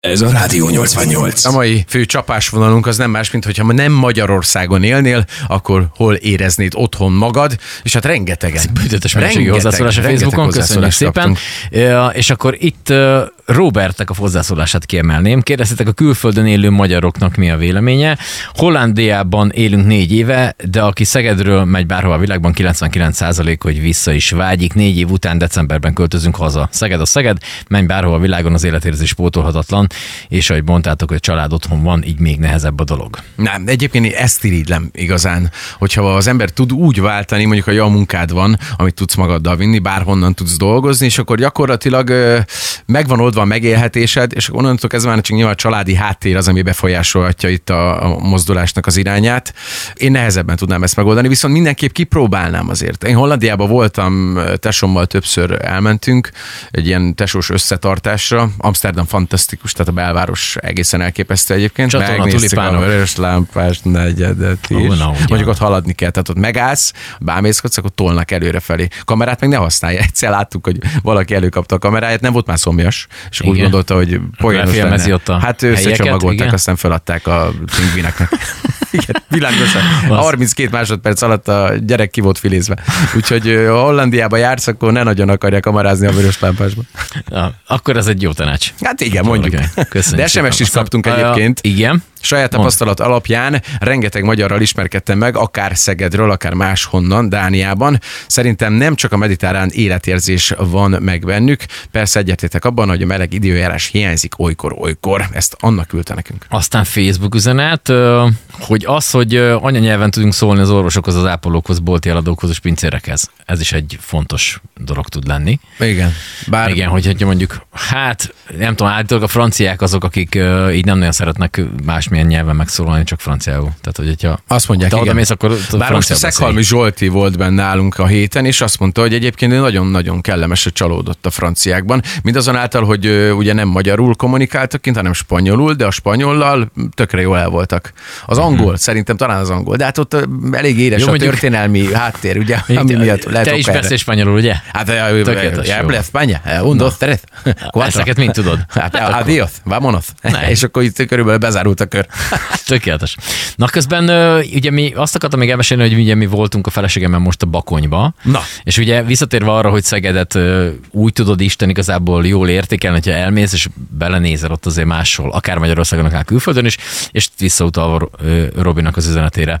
Ez a Rádió 88. A mai fő csapásvonalunk az nem más, mint hogyha nem Magyarországon élnél, akkor hol éreznéd otthon magad, és hát rengetegen. Bűtöttes mennyiségű hozzászólás a Facebookon, köszönjük szépen. És akkor itt Robertnek a hozzászólását kiemelném. Kérdeztétek, a külföldön élő magyaroknak mi a véleménye. Hollandiában élünk 4 éve, de aki Szegedről megy bárhova a világban, 99%, hogy vissza is vágyik. 4 év után decemberben költözünk haza. Szeged a Szeged, menj bárhova a világon, az életérzés pótolhatatlan, és ahogy mondtátok, hogy család otthon van, így még nehezebb a dolog. Nem, egyébként én ezt irigylem igazán, hogyha az ember tud úgy váltani, mondjuk, hogy a munkád van, amit tudsz magaddal vinni, bárhonnan tudsz dolgozni, és akkor gyakorlatilag megvan oldva a megélhetésed, és akkor onnantól kezdve csak nyilván a családi háttér az, ami befolyásolhatja itt a mozdulásnak az irányát. Én nehezebben tudnám ezt megoldani, viszont mindenképp kipróbálnám azért. Én Hollandiában voltam, tesómmal többször elmentünk egy ilyen tesós összetartásra. Amsterdam fantasztikus, tehát a belváros egészen elképesztő egyébként. Csatorna, tulipánok. A vörös lámpás negyedet is. Mondjuk ott haladni kell, tehát ott megállsz, bámészkodsz, akkor tolnak előrefelé. Kamerát meg ne használja. Egyszer láttuk, hogy valaki előkapta a kameráját, nem volt már szomjas, és akkor úgy gondolta, hogy poénos lenne. Hát összecsomagolták, aztán feladták a pingvineknek. Igen, világosan. 32 másodperc alatt a gyerek ki volt filézve. Úgyhogy ha Hollandiába jársz, akkor ne nagyon akarják kamerázni a vörös lámpásban. Akkor ez egy jó tanács. Hát igen, mondjuk. De SMS-t is kaptunk egyébként. Igen. Saját tapasztalat alapján rengeteg magyarral ismerkedtem meg, akár Szegedről, akár máshonnan, Dániában. Szerintem nem csak a mediterrán életérzés van meg bennük. Persze egyetértek abban, hogy a meleg időjárás hiányzik olykor. Ezt Anna küldte nekünk. Aztán Facebook üzenet, hogy hogy anyanyelven tudunk szólni az orvosokhoz, az ápolókhoz, bolti eladókhoz és pincérekhez. Ez is egy fontos dolog tud lenni. Igen. Igen, hogyha mondjuk, hát nem tudom, állítólag a franciák azok, akik így nem nagyon szeretnek másmilyen nyelven megszólalni, csak franciául. Tehát, hogyha azt mondják, te oda mész, akkor bár most a Szeghalmi Zsolti volt benne nálunk a héten, és azt mondta, hogy egyébként nagyon-nagyon kellemes, hogy csalódott a franciákban. Mindazonáltal, hogy ugye nem magyarul kommunikáltak kint, hanem spanyolul, de a spanyollal tökre jól el voltak. Az angol, szerintem talán az angol, de hát ott elég éles a történelmi háttér, ugye, ami miatt lehet. Te is beszélsz spanyolul, ugye? Hát habla España, un, dos, tres, cuatro. Ezeket mind tudod. Adiós, vámonos. És akkor itt körülbelül bezárult a kör. Tökéletes. Na közben ugye mi azt akartam még elmesélni, hogy ugye mi voltunk a feleségemmel most a Bakonyba. Na. És ugye visszatérve arra, hogy Szegedet úgy tudod Isten igazából jól értékelni, hogyha elmész, és belenézel ott azért máshol, akár Magyarországon, akár külföldön is, és visszautalva Robinak az üzenetére,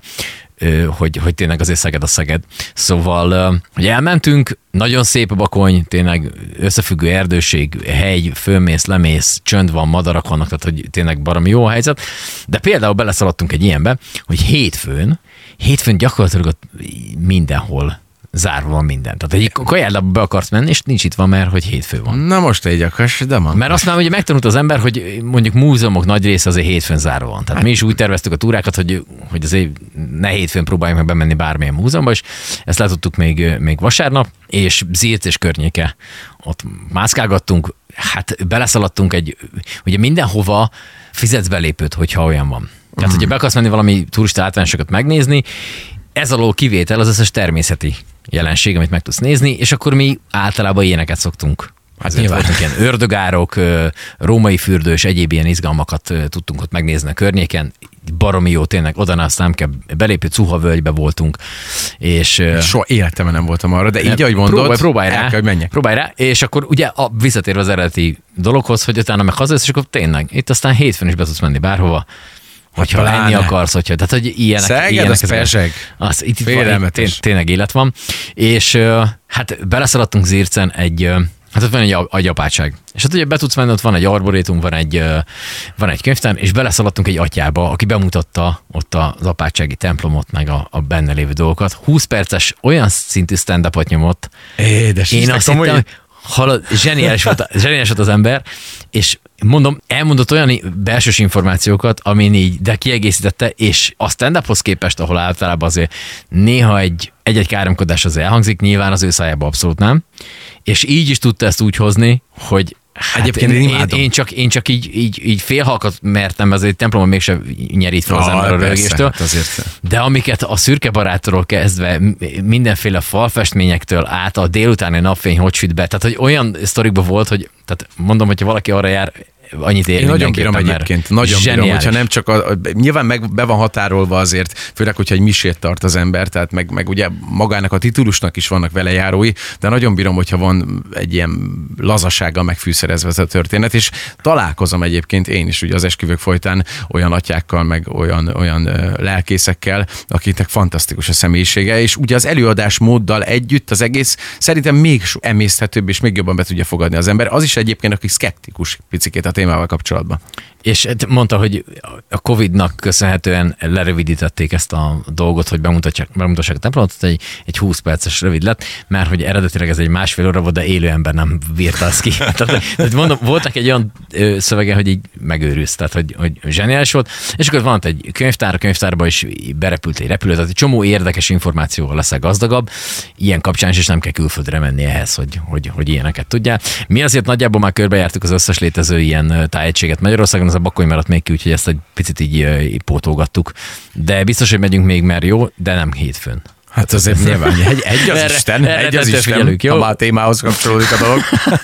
hogy tényleg azért Szeged a Szeged. Szóval, hogy elmentünk, nagyon szép a Bakony, tényleg összefüggő erdőség, hegy, fölmész, lemész, csönd van, madarak vannak, tehát hogy tényleg baromi jó a helyzet. De például beleszaladtunk egy ilyenbe, hogy hétfőn gyakorlatilag mindenhol zárva van minden. Tehát egy kajáldába be akarsz menni, és nincs itt van, mert hogy hétfő van. Na most egy akarsz, de van. Mert azt már ugye megtanult az ember, hogy mondjuk múzeumok nagy része azért hétfőn zárva van. Tehát mi is úgy terveztük a túrákat, hogy azért ne hétfőn próbáljunk meg bemenni bármilyen múzeumba, és ezt letudtuk még vasárnap, és Zirc és környéke. Ott mászkálgattunk, hát beleszaladtunk ugye mindenhova fizetsz belépőt, hogyha olyan van. Tehát, hogyha be akarsz menni valami turista látványosokat megnézni, ez alól kivétel az összes természeti jelenség, amit meg tudsz nézni, és akkor mi általában ilyeneket szoktunk. Hát voltunk ilyen ördögárok, római fürdő és egyéb ilyen izgalmakat tudtunk ott megnézni a környéken. Baromi jó, tényleg, oda nem kell belépő Cuha völgybe voltunk. És soha életemben nem voltam arra, de így, ahogy mondod, próbálj rá, és akkor ugye visszatérve az eredeti dologhoz, hogy utána meg hazajössz, és akkor tényleg, itt aztán hétfőn is be tudsz menni bárhova, hogyha lenni akarsz, tehát hogy ilyenek. Szeged, az peseg. Itt tényleg élet van. És hát beleszaladtunk Zircen hát ott van egy agyapátság. És hát ugye be tudsz menni, ott van egy arborétum, van egy könyvtár, és beleszaladtunk egy atyába, aki bemutatta ott az apátsági templomot, meg a benne lévő dolgokat. 20 perces olyan szintű stand-upot nyomott. Édes, én azt hittem, zseniális volt az ember, és elmondott olyan belsős információkat, amin így, de kiegészítette, és a stand-uphoz képest, ahol általában azért néha egy-egy káromkodás az elhangzik, nyilván az ő szájában abszolút nem, és így is tudta ezt úgy hozni, hogy hát egyébként én csak így félhalkat mertem, ez egy templomon mégsem nyerít fel az ember a röhögéstől. Hát de amiket a szürke barátról kezdve mindenféle falfestményektől át a délutáni napfény hogy süt be, tehát hogy olyan sztorikban volt, hogy tehát mondom, hogyha valaki arra jár annyit ér. Én nagyon bírom egyébként, nagyon bírom, hogyha nem csak nyilván be van határolva azért, főleg, hogyha egy misét tart az ember, tehát meg ugye magának a titulusnak is vannak vele járói, de nagyon bírom, hogyha van egy ilyen lazasággal megfűszerezve ez a történet, és találkozom egyébként én is ugye az esküvők folytán olyan atyákkal, meg olyan lelkészekkel, akiknek fantasztikus a személyisége, és ugye az előadás móddal együtt az egész szerintem még emészthetőbb és még jobban be tudja fogadni az ember. Az is egyébként, aki szkeptikus picikét a témával kapcsolatban. És mondta, hogy a Covid-nak köszönhetően lerövidítették ezt a dolgot, hogy bemutassák a templomot, egy 20 perces rövid lett, mert hogy eredetileg ez egy 1,5 óra volt, de élő ember nem bírta azt ki. Tehát mondom, voltak egy olyan szövege, hogy így megőrülsz, tehát hogy zseniális volt, és akkor van egy könyvtárba is berepült egy repülő, tehát egy csomó érdekes információval leszel gazdagabb, ilyen kapcsán is nem kell külföldre menni ehhez, hogy ilyeneket tudjál. Mi azért nagyjából már körbejártuk az összes létező ilyen tájegységet Magyarországon, az a Bakony maradt még ki, úgyhogy ezt egy picit így pótolgattuk. De biztos, hogy megyünk még, mert jó, de nem hétfőn. Hát azért nyilván egy az Isten, figyelünk, jó? Ha már a témához kapcsolódik a dolog.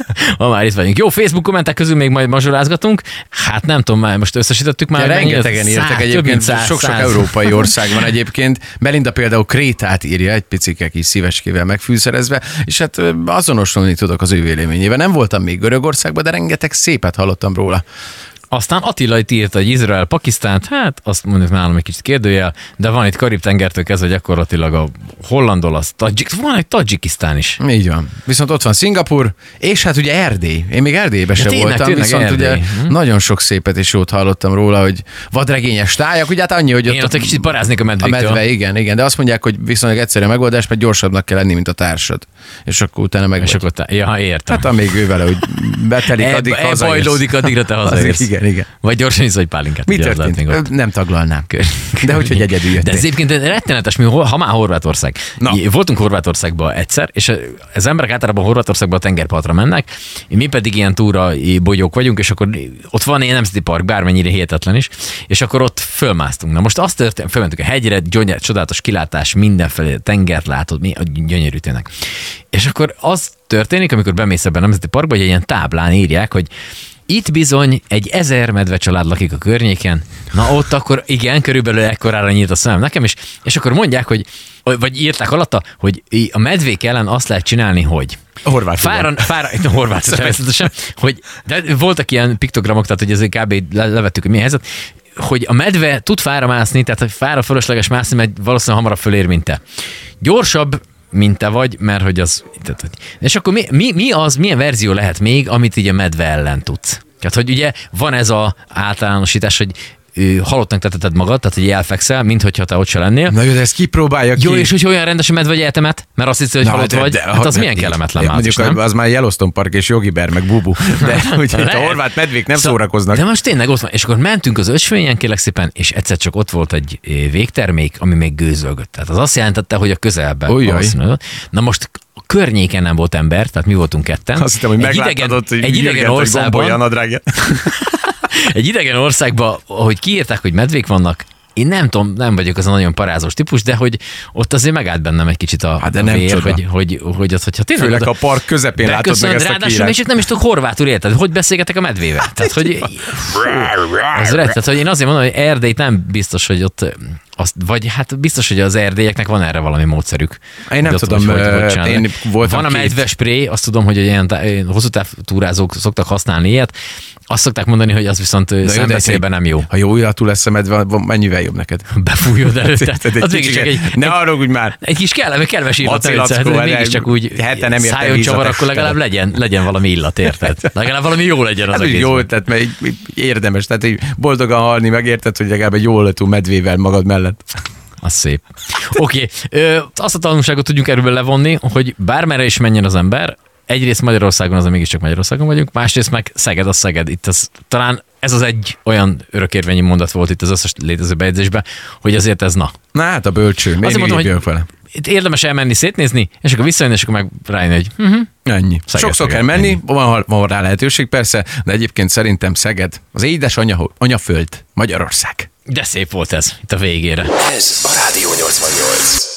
Ha már itt vagyunk. Jó, Facebook kommentek közül még majd mazsolázgatunk. Hát nem tudom, már most összesítettük már. Ja, rengetegen írtak egyébként, sok-sok európai ország van egyébként. Melinda például Krétát írja, egy picike kis szíveskével megfűszerezve, és hát azonosulni tudok az ő véleményével. Nem voltam még Görögországban, de rengeteg szépet hallottam róla. Aztán Attila itt írta, hogy Izrael, Pakisztánt, hát azt mondjuk nálam egy kicsit kérdőjel, de van itt Karib-tengertől kezdve gyakorlatilag a holland, olasz, van egy Tadzsikisztán is. Így van. Viszont ott van Szingapur, és hát ugye Erdély. Én még Erdélyben sem voltam, viszont Erdély. Ugye nagyon sok szépet és jót hallottam róla, hogy vadregényes tájak, ugye hát annyi, hogy ott egy kicsit paráznék a medvéktől. A medve, igen, de azt mondják, hogy viszonylag egyszerű a megoldás, mert gyorsabbnak kell lenni, mint a társad. És akkor utána meg. Ja, értem. Hát amíg ő vele, hogy betelik, addig hazaérsz. Bajlódik, addigra te hazaérsz. Igen. Vagy gyorsan iszol egy pálinkát. Mi történt? Nem taglalnám. De hogy egyedül jöttél. De ez egyébként rettenetes, ha már Horvátország. Voltunk Horvátországban egyszer, és az emberek általában Horvátországban a tengerpartra mennek, mi pedig ilyen túra bogyók vagyunk, és akkor ott van ilyen nemzeti park, bármennyire hihetetlen is, és akkor ott fölmásztunk. Na most azt történt, fölmentünk a hegyre, csodálatos kilátás, mindenfelé, tengert látod, mi a gyönyörű tényleg. És akkor az történik, amikor bemész ebben a nemzeti parkba, hogy egy ilyen táblán írják, hogy itt bizony egy 1000 medve család lakik a környéken. Na ott akkor igen, körülbelül ekkorára nyílt a szemem nekem is, és akkor mondják, hogy vagy írták alatta, hogy a medvék ellen azt lehet csinálni, hogy horvát természetesen, hogy de voltak ilyen piktogramok, tehát hogy ezért kb. Levettük, hogy mi a helyzet, hogy a medve tud fára mászni, tehát hogy fára fölösleges mászni, mert valószínűleg hamarabb fölér, mint te. Gyorsabb, mint te vagy, mert hogy az... És akkor milyen verzió lehet még, amit így a medve ellen tudsz? Tehát, hogy ugye van ez az általánosítás, hogy halottnak teteted magad, tehát hogy elfekszel, minthogyha te ott se lennél. Na jó, de ezt kipróbálja ki. Jó, és hogy olyan rendes a medve, hogy eltemet, mert azt hiszi, hogy halott vagy. Hát az milyen kellemetlen már. Mondjuk nem? Az már Yellowstone Park és Yogi Bear, meg Bubu. De ugye a horvát medvék nem szórakoznak. De most tényleg ott van. És akkor mentünk az ösvényen, kérlek szépen, és egyszer csak ott volt egy végtermék, ami még gőzölgött. Tehát az azt jelentette, hogy a közelben. Na most a környéken nem volt ember, tehát mi voltunk ketten. Azt hittem, hogy meglátod, hogy egy idegen országban. Egy idegen országban, ahogy kiírták, hogy medvék vannak, én nem tudom, nem vagyok az a nagyon parázós típus, de hogy ott azért megállt bennem egy kicsit a vér, hogy ott, hogyha tényleg... Főleg a park közepén látod meg ezt a kiírást. És itt nem is tudok horvátul érted, hogy beszélgetek a medvével. Tehát, hogy... tehát, hogy én azért mondom, hogy Erdélyt nem biztos, hogy ott... vagy hát biztos, hogy az erdélyeknek van erre valami módszerük. Én nem tudom, én voltam van a medvespré, azt tudom, hogy ilyen hosszú táv túrázók szoktak használni ilyet. Azt szokták mondani, hogy az viszont szembeszélben nem jó. Ha jó illatú lesz a medve, mennyivel jobb neked? Befújod előtte. Ne haragudj már! Egy kis kellemes illat. Mégiscsak úgy szájon csavar, akkor legalább legyen valami illat, érted? Legalább valami jó legyen az egész. Jó, tehát mert érdemes, tehát boldogan halni, megérted, hogy legalább egy jó illatú medvével magad mellett. Az szép. Oké. Azt a tanulságot tudjunk erről levonni, hogy bármerre is menjen az ember, egyrészt Magyarországon, azért mégiscsak Magyarországon vagyunk, másrészt meg Szeged, az Szeged. Itt talán ez az egy olyan örökérvényi mondat volt itt az összes létező bejegyzésben, hogy azért ez na. Na hát a bölcső. Azért mondom, hogy itt érdemes elmenni, szétnézni, és akkor visszajönni, és akkor meg rájönni, hogy ennyi. Sokszor kell menni, van rá lehetőség persze, de egyébként szerintem Szeged az édes anyaföld, Magyarország. De szép volt ez itt a végére. Ez a Rádió 88.